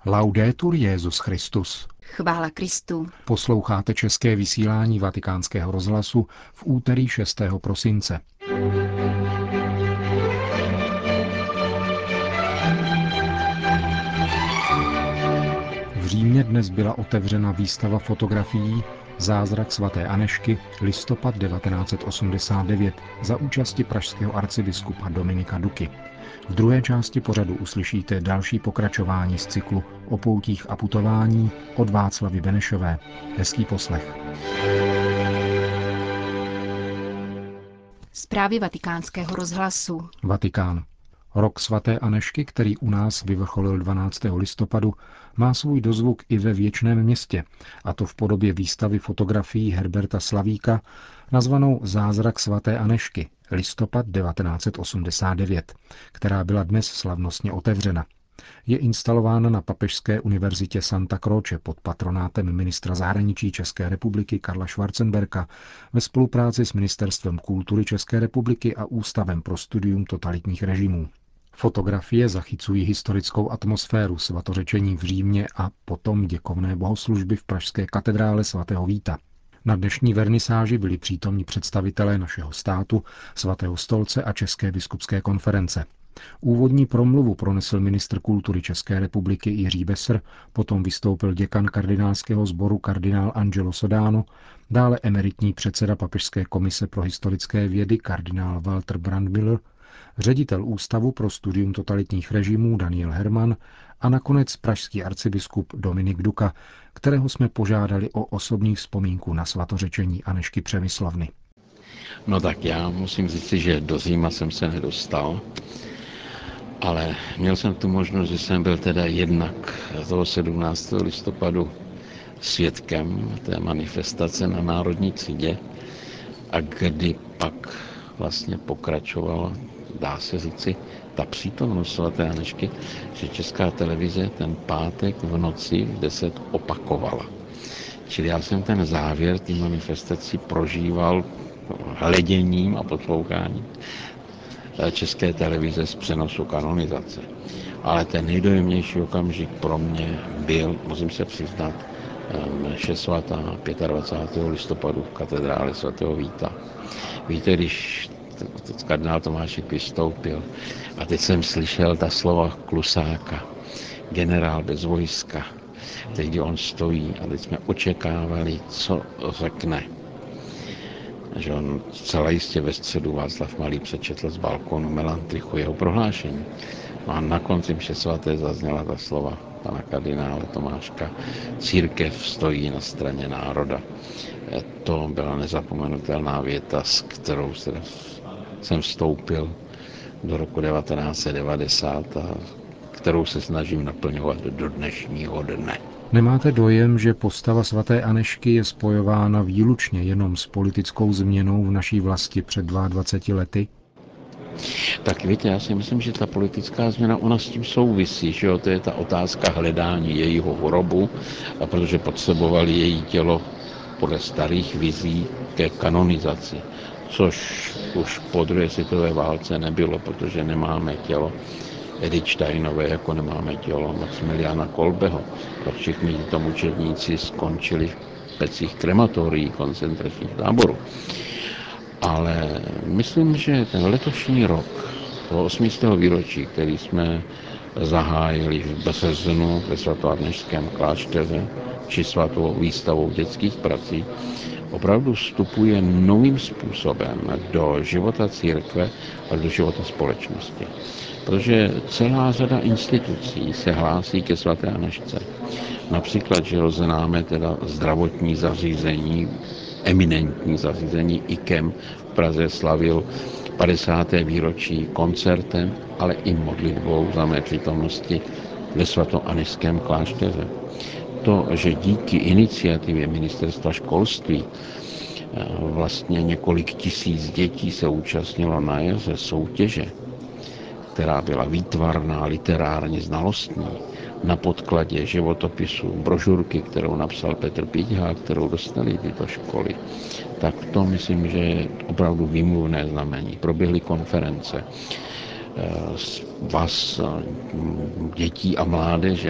Laudetur Jesus Christus. Chvála Kristu. Posloucháte české vysílání Vatikánského rozhlasu v úterý 6. prosince. V Římě dnes byla otevřena výstava fotografií Zázrak svaté Anežky, listopad 1989, za účasti pražského arcibiskupa Dominika Duky. V druhé části pořadu uslyšíte další pokračování z cyklu o poutích a putování od Václavy Benešové. Hezký poslech. Zprávy Vatikánského rozhlasu. Vatikán. Rok svaté Anežky, který u nás vyvrcholil 12. listopadu, má svůj dozvuk i ve Věčném městě, a to v podobě výstavy fotografií Herberta Slavíka, nazvanou Zázrak svaté Anežky, listopad 1989, která byla dnes slavnostně otevřena. Je instalována na Papežské univerzitě Santa Croce pod patronátem ministra zahraničí České republiky Karla Schwarzenberga ve spolupráci s Ministerstvem kultury České republiky a Ústavem pro studium totalitních režimů. Fotografie zachycují historickou atmosféru svatořečení v Římě a potom děkovné bohoslužby v pražské katedrále svatého Víta. Na dnešní vernisáži byli přítomní představitelé našeho státu, Svatého stolce a České biskupské konference. Úvodní promluvu pronesl ministr kultury České republiky Jiří Besser, potom vystoupil děkan kardinálského sboru kardinál Angelo Sodano, dále emeritní předseda Papežské komise pro historické vědy kardinál Walter Brandmüller, ředitel Ústavu pro studium totalitních režimů Daniel Herman a nakonec pražský arcibiskup Dominik Duka, kterého jsme požádali o osobní vzpomínku na svatořečení Anežky Přemyslovny. No tak já musím říct, že do Říma jsem se nedostal, ale měl jsem tu možnost, že jsem byl teda jednak toho 17. listopadu svědkem té manifestace na Národní třídě a kdy pak vlastně pokračovala, dá se říci, ta přítomnost svaté Anežky, že Česká televize ten pátek v noci v 10 opakovala. Čili já jsem ten závěr té manifestací prožíval hleděním a posloucháním České televize z přenosu kanonizace. Ale ten nejdojemnější okamžik pro mě byl, musím se přiznat, mše svatá 25. listopadu v katedrále svatého Víta. Víte, když kardinál Tomášek vystoupil a teď jsem slyšel ta slova Klusáka, generál bez vojska, teď kdy on stojí a teď jsme očekávali, co řekne. Že on celé jistě ve středu Václav Malý přečetl z balkónu Melantrichu jeho prohlášení. No a na konci mše svaté zazněla ta slova pana kardinála Tomáška. Církev stojí na straně národa. To byla nezapomenutelná věta, s kterou jsem vstoupil do roku 1990 a kterou se snažím naplňovat do dnešního dne. Nemáte dojem, že postava svaté Anežky je spojována výlučně jenom s politickou změnou v naší vlasti před 22 lety? Tak víte, já si myslím, že ta politická změna, ona s tím souvisí, že jo? To je ta otázka hledání jejího hrobu, a protože potřebovali její tělo podle starých vizí ke kanonizaci, což už po druhé světové válce nebylo, protože nemáme tělo Edith Steinové, jako nemáme tělo Maximiliana Kolbeho. Všichni tyto mučedníci skončili v pecích krematorií koncentračních táborů. Ale myslím, že ten letošní rok, toho 8. výročí, který jsme zahájili v březnu ve svatoanežském klášteře, či svatou výstavou dětských prací, opravdu vstupuje novým způsobem do života církve a do života společnosti. Protože celá řada institucí se hlásí ke svaté Anežce. Například, že ho známe teda zdravotní zařízení, eminentní zařízení IKEM v Praze slavil 50. výročí koncertem, ale i modlitbou za mé přítomnosti ve svatoanežském klášteře. To, že díky iniciativě ministerstva školství vlastně několik tisíc dětí se účastnilo na jaře soutěže, která byla výtvarná, literárně znalostní, na podkladě životopisu, brožurky, kterou napsal Petr Píťha, kterou dostali tyto školy, tak to myslím, že je opravdu výmluvné znamení. Proběhly konference vás dětí a mládeže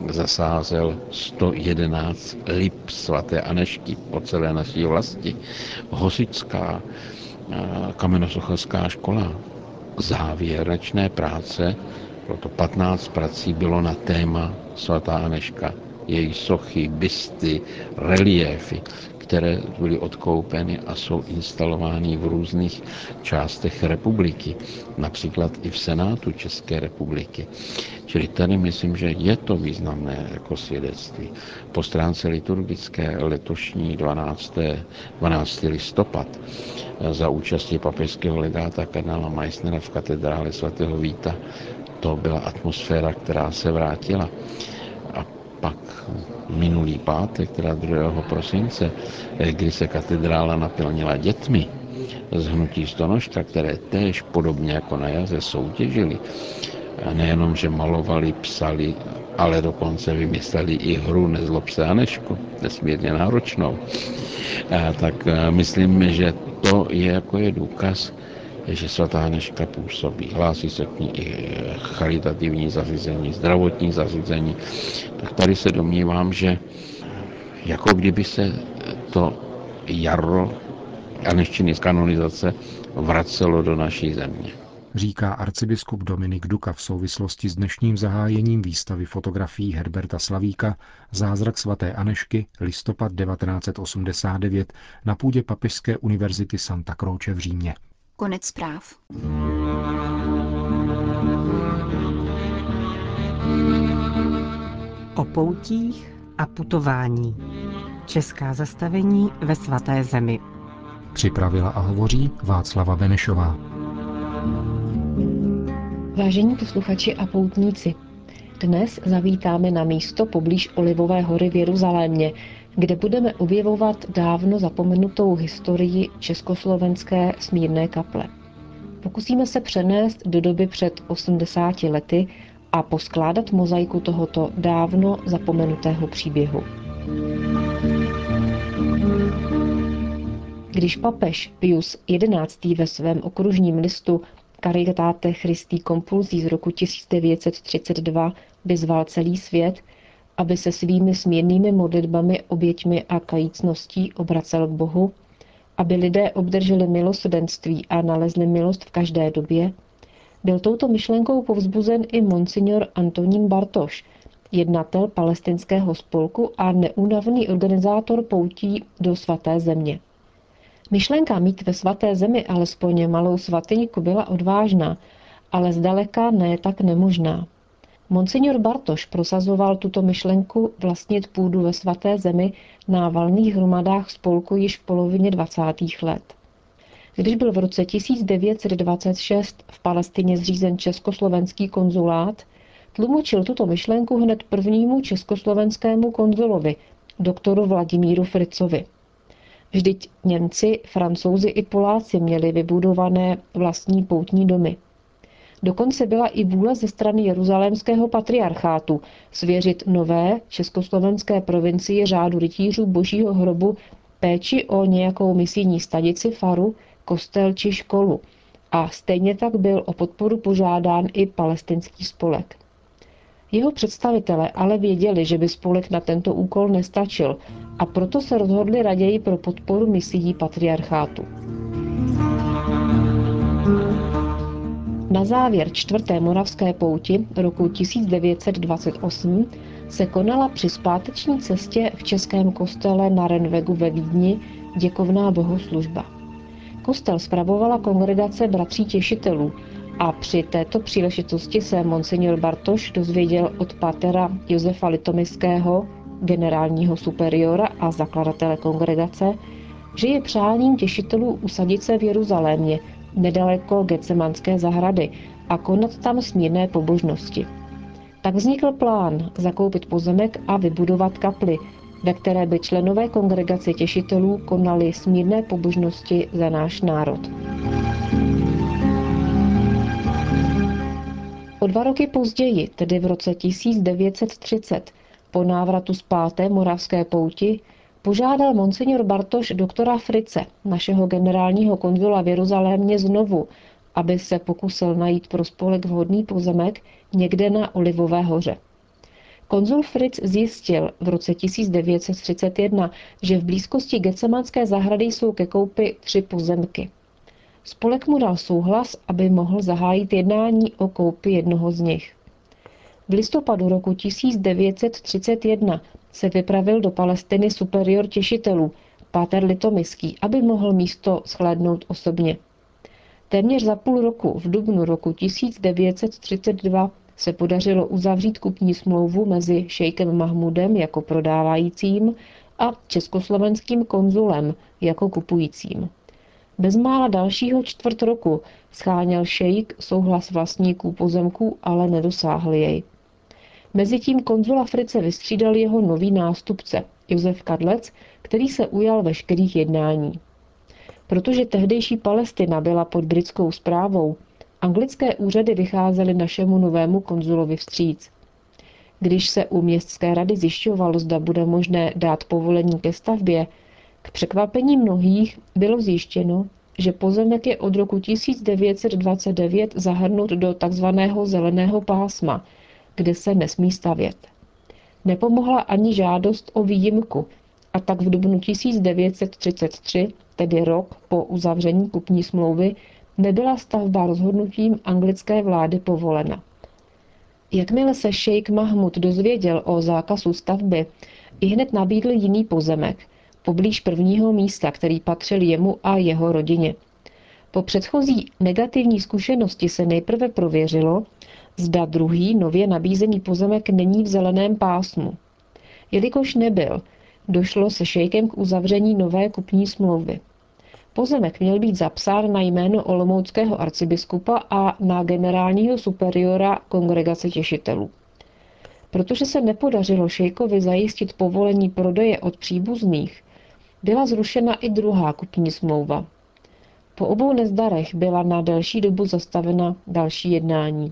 zasázel 111 lip svaté Anežky po celé naší vlasti. Hosičská kamenosochařská škola závěrečné práce, proto 15 prací bylo na téma svatá Anežka, její sochy, bysty, reliéfy, které byly odkoupeny a jsou instalovány v různých částech republiky, například i v Senátu České republiky. Čili tady myslím, že je to významné jako svědectví. Po stránce liturgické letošní 12. listopad za účasti papežského legáta kardinála Meissnera v katedrále svatého Víta, to byla atmosféra, která se vrátila. A pak minulý pátek, teda 2. prosince, kdy se katedrála naplnila dětmi z hnutí Stonožka, které též podobně jako na jaře soutěžili, nejenom, že malovali, psali, ale dokonce vymysleli i hru Nezlob se Anežko, nesmírně náročnou. Tak myslím, že to je důkaz, že svatá Anežka působí. Hlásí se k ní i charitativní zařízení, zdravotní zařízení. Tak tady se domnívám, že jako kdyby se to jaro Anežčiny z kanonizace vracelo do naší země. Říká arcibiskup Dominik Duka v souvislosti s dnešním zahájením výstavy fotografií Herberta Slavíka Zázrak svaté Anežky, listopad 1989 na půdě Papežské univerzity Santa Croce v Římě. Konec zpráv. O poutích a putování. Česká zastavení ve svaté zemi. Připravila a hovoří Václava Benešová. Vážení posluchači a poutníci, dnes zavítáme na místo poblíž Olivové hory v Jeruzalémě, kde budeme objevovat dávno zapomenutou historii československé smírné kaple. Pokusíme se přenést do doby před 80 lety a poskládat mozaiku tohoto dávno zapomenutého příběhu. Když papež Pius XI. Ve svém okružním listu Caritate Christi Compulsi z roku 1932 vyzval celý svět, aby se svými smírnými modlitbami, oběťmi a kajícností obracel k Bohu, aby lidé obdrželi milosrdenství a nalezli milost v každé době, byl touto myšlenkou povzbuzen i monsignor Antonín Bartoš, jednatel palestinského spolku a neúnavný organizátor poutí do svaté země. Myšlenka mít ve svaté zemi alespoň malou svatyňku byla odvážná, ale zdaleka ne tak nemožná. Monsignor Bartoš prosazoval tuto myšlenku vlastnit půdu ve svaté zemi na valných hromadách spolku již v polovině 20. let. Když byl v roce 1926 v Palestině zřízen československý konzulát, tlumočil tuto myšlenku hned prvnímu československému konzulovi, doktoru Vladimíru Fritzovi. Vždyť Němci, Francouzi i Poláci měli vybudované vlastní poutní domy. Dokonce byla i vůle ze strany jeruzalémského patriarchátu svěřit nové československé provincii řádu rytířů Božího hrobu péči o nějakou misijní stanici, faru, kostel či školu. A stejně tak byl o podporu požádán i palestinský spolek. Jeho představitelé ale věděli, že by spolek na tento úkol nestačil, a proto se rozhodli raději pro podporu misií patriarchátu. Na závěr 4. moravské pouti roku 1928 se konala při zpáteční cestě v českém kostele na Renvegu ve Vídni děkovná bohoslužba. Kostel spravovala kongregace bratří těšitelů a při této příležitosti se monsignor Bartoš dozvěděl od pátera Josefa Litoměřského, generálního superiora a zakladatele kongregace, že je přáním těšitelů usadit se v Jeruzalémě, nedaleko Getsemanské zahrady, a konat tam smírné pobožnosti. Tak vznikl plán zakoupit pozemek a vybudovat kapli, ve které by členové kongregace těšitelů konali smírné pobožnosti za náš národ. O 2 roky později, tedy v roce 1930, po návratu z 5. moravské pouti, požádal monsignor Bartoš doktora Fritze, našeho generálního konzula v Jeruzalémě, znovu, aby se pokusil najít pro spolek vhodný pozemek někde na Olivové hoře. Konzul Fritz zjistil v roce 1931, že v blízkosti Getsemanské zahrady jsou ke koupi 3 pozemky. Spolek mu dal souhlas, aby mohl zahájit jednání o koupi jednoho z nich. V listopadu roku 1931 se vypravil do Palestiny superior těšitelů, páter Litomyský, aby mohl místo shlédnout osobně. Téměř za půl roku, v dubnu roku 1932, se podařilo uzavřít kupní smlouvu mezi šejkem Mahmudem jako prodávajícím a československým konzulem jako kupujícím. Bezmála dalšího čtvrt roku scháněl šejk souhlas vlastníků pozemků, ale nedosáhl jej. Mezitím konzula Fritze vystřídal jeho nový nástupce, Josef Kadlec, který se ujal veškerých jednání. Protože tehdejší Palestina byla pod britskou správou, anglické úřady vycházely našemu novému konzulovi vstříc. Když se u městské rady zjišťovalo, zda bude možné dát povolení ke stavbě, k překvapení mnohých bylo zjištěno, že pozemek je od roku 1929 zahrnut do tzv. Zeleného pásma, kde se nesmí stavět. Nepomohla ani žádost o výjimku, a tak v dubnu 1933, tedy rok po uzavření kupní smlouvy, nebyla stavba rozhodnutím anglické vlády povolena. Jakmile se šejk Mahmud dozvěděl o zákazu stavby, ihned nabídl jiný pozemek, poblíž prvního místa, který patřil jemu a jeho rodině. Po předchozí negativní zkušenosti se nejprve prověřilo, zda druhý nově nabízený pozemek není v zeleném pásmu. Jelikož nebyl, došlo se šejkem k uzavření nové kupní smlouvy. Pozemek měl být zapsán na jméno olomouckého arcibiskupa a na generálního superiora kongregace těšitelů. Protože se nepodařilo šejkovi zajistit povolení prodeje od příbuzných, byla zrušena i druhá kupní smlouva. Po obou nezdarech byla na delší dobu zastavena další jednání.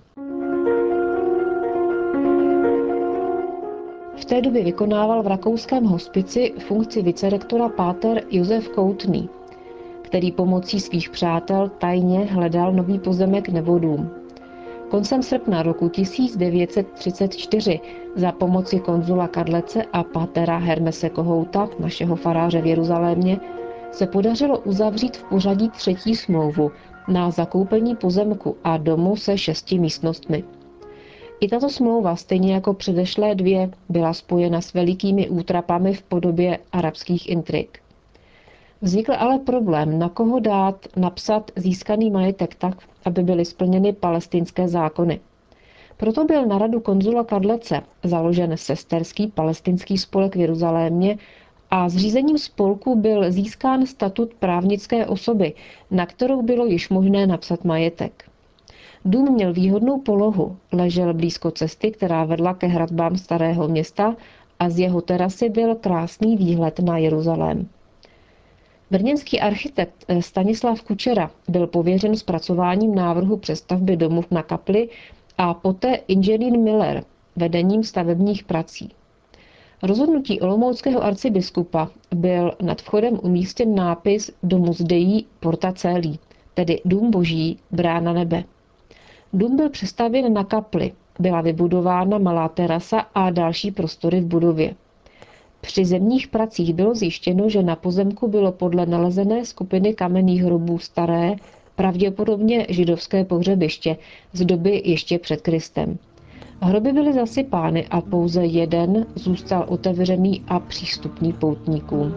V té době vykonával v rakouském hospici funkci vicerektora páter Josef Koutný, který pomocí svých přátel tajně hledal nový pozemek nebo dům. Koncem srpna roku 1934 za pomoci konzula Kadlece a pátera Hermese Kohouta, našeho faráře v Jeruzalémě, se podařilo uzavřít v pořadí 3. smlouvu na zakoupení pozemku a domu se 6 místnostmi. I tato smlouva, stejně jako předešlé 2, byla spojena s velikými útrapami v podobě arabských intrik. Vznikl ale problém, na koho dát napsat získaný majetek tak, aby byly splněny palestinské zákony. Proto byl na radu konzula Kadlece založen sesterský palestinský spolek v Jeruzalémě a zřízením spolku byl získán statut právnické osoby, na kterou bylo již možné napsat majetek. Dům měl výhodnou polohu, ležel blízko cesty, která vedla ke hradbám Starého Města a z jeho terasy byl krásný výhled na Jeruzalém. Brněnský architekt Stanislav Kučera byl pověřen zpracováním návrhu přestavby domu na kapli a poté inženýr Miller vedením stavebních prací. Rozhodnutí olomouckého arcibiskupa byl nad vchodem umístěn nápis Domus Dei Porta Coeli, tedy Dům Boží, brána nebe. Dům byl přestavěn na kapli, byla vybudována malá terasa a další prostory v budově. Při zemních pracích bylo zjištěno, že na pozemku bylo podle nalezené skupiny kamenných hrobů staré, pravděpodobně židovské pohřebiště z doby ještě před Kristem. Hroby byly zasypány a pouze jeden zůstal otevřený a přístupný poutníkům.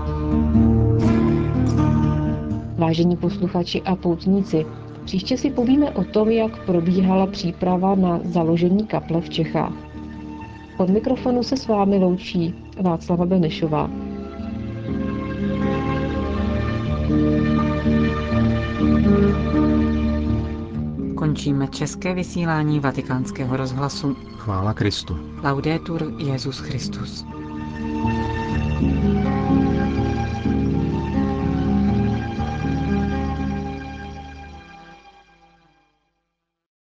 Vážení posluchači a poutníci, příště si povíme o tom, jak probíhala příprava na založení kaple v Čechách. Od mikrofonu se s vámi loučí Václava Benešová. Končíme české vysílání Vatikánského rozhlasu. Chvála Kristu. Laudetur Jesus Christus.